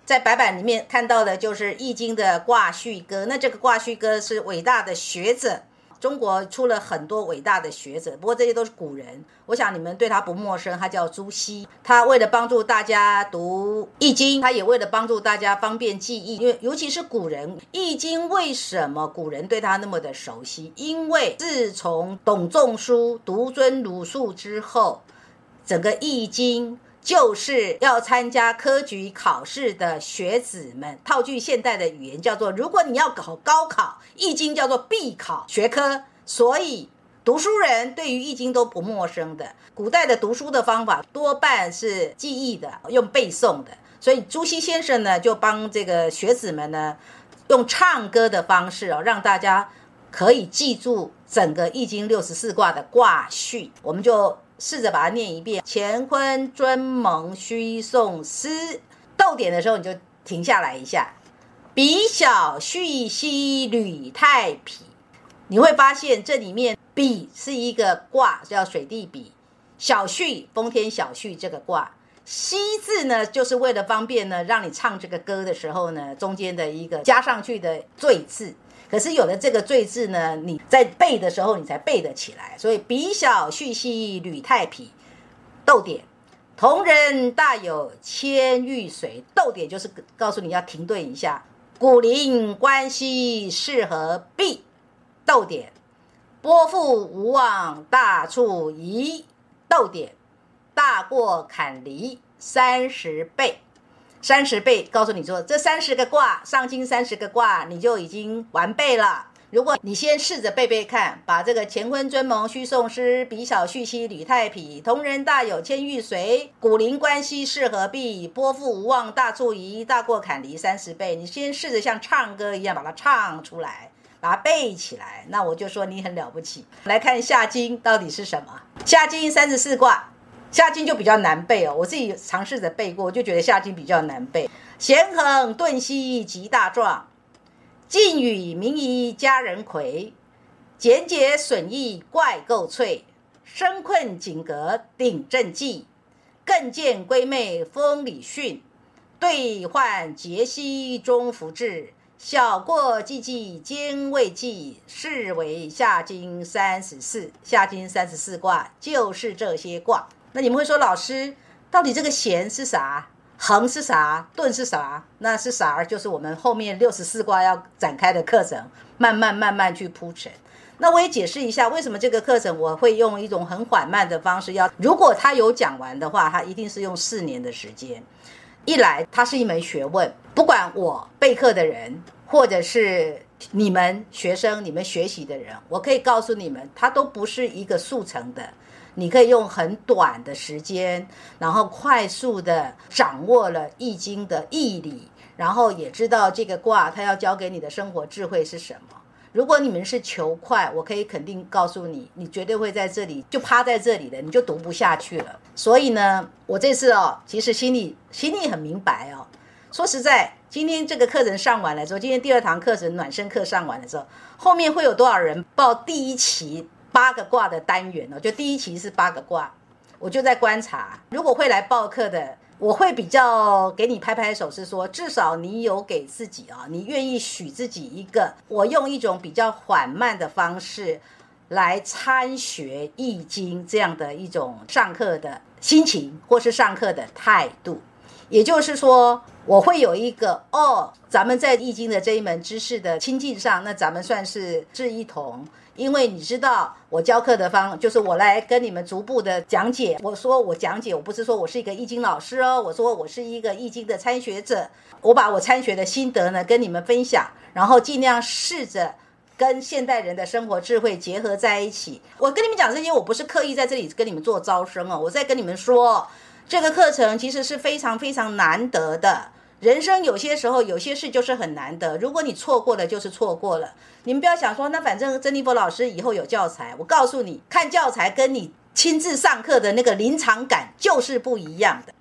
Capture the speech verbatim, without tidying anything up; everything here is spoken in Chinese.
在白板里面看到的就是易经的卦序歌，那这个卦序歌是伟大的学者，中国出了很多伟大的学者，不过这些都是古人，我想你们对他不陌生，他叫朱熹。他为了帮助大家读易经，他也为了帮助大家方便记忆，因为尤其是古人，易经为什么古人对他那么的熟悉？因为自从董仲舒独尊儒术之后，整个易经就是要参加科举考试的学子们，套句现代的语言叫做，如果你要考高考，易经叫做必考学科，所以读书人对于易经都不陌生的。古代的读书的方法多半是记忆的，用背诵的，所以朱熹先生呢就帮这个学子们呢用唱歌的方式哦，让大家可以记住整个易经六十四卦的卦序。我们就试着把它念一遍：乾坤尊蒙虚宋师。逗点的时候你就停下来一下。比小序兮履太否。你会发现这里面比是一个卦叫水地比，小序丰天小序这个卦，西字呢就是为了方便呢让你唱这个歌的时候呢中间的一个加上去的缀字。可是有了这个缀字呢，你在背的时候你才背得起来，所以比小序兮履太否。逗点，同人大有千玉髓。逗点就是告诉你要停顿一下。古灵关兮是何必。逗点，波复无望大处疑。逗点，大过坎离三十倍。三十倍告诉你说，这三十个卦，上经三十个卦你就已经完备了。如果你先试着背背看，把这个乾坤尊蒙虚宋师，比小序兮履太否，同人大有千玉髓，古灵关兮是何必，波复无望大处疑，大过坎离三十倍。你先试着像唱歌一样把它唱出来，把它背起来，那我就说你很了不起。来看下经到底是什么。下经三十四卦，下经就比较难背哦，我自己尝试着背过，我就觉得下经比较难背。咸亨顿兮极大壮，晋语民夷佳人魁，简解损益怪构萃，生困景格鼎正纪，更见归妹风礼训，兑换节兮终福至，小过既济兼未济，是为下经三十四。下经三十四卦就是这些卦。那你们会说，老师到底这个咸是啥，亨是啥，顿是啥？那是啥？就是我们后面六十四卦要展开的课程，慢慢慢慢去铺陈。那我也解释一下为什么这个课程我会用一种很缓慢的方式要，如果他有讲完的话，他一定是用四年的时间。一来它是一门学问，不管我备课的人或者是你们学生你们学习的人，我可以告诉你们，它都不是一个速成的，你可以用很短的时间，然后快速的掌握了易经的义理，然后也知道这个卦它要教给你的生活智慧是什么。如果你们是求快，我可以肯定告诉你，你绝对会在这里就趴在这里了，你就读不下去了。所以呢，我这次哦，其实心里心里很明白哦。说实在，今天这个课程上完了之后，今天第二堂课程暖身课上完了之后，后面会有多少人报第一期八个卦的单元哦？就第一期是八个卦，我就在观察，如果会来报课的，我会比较给你拍拍手，是说至少你有给自己啊，你愿意许自己一个，我用一种比较缓慢的方式来参学易经这样的一种上课的心情，或是上课的态度。也就是说，我会有一个哦，咱们在易经的这一门知识的亲近上，那咱们算是志一同。因为你知道我教课的方就是我来跟你们逐步的讲解。我说我讲解，我不是说我是一个易经老师哦，我说我是一个易经的参学者，我把我参学的心得呢跟你们分享，然后尽量试着跟现代人的生活智慧结合在一起。我跟你们讲这些，我不是刻意在这里跟你们做招生哦，我在跟你们说，这个课程其实是非常非常难得的。人生有些时候有些事就是很难得，如果你错过了就是错过了。你们不要想说那反正珍妮佛老师以后有教材，我告诉你，看教材跟你亲自上课的那个临场感就是不一样的。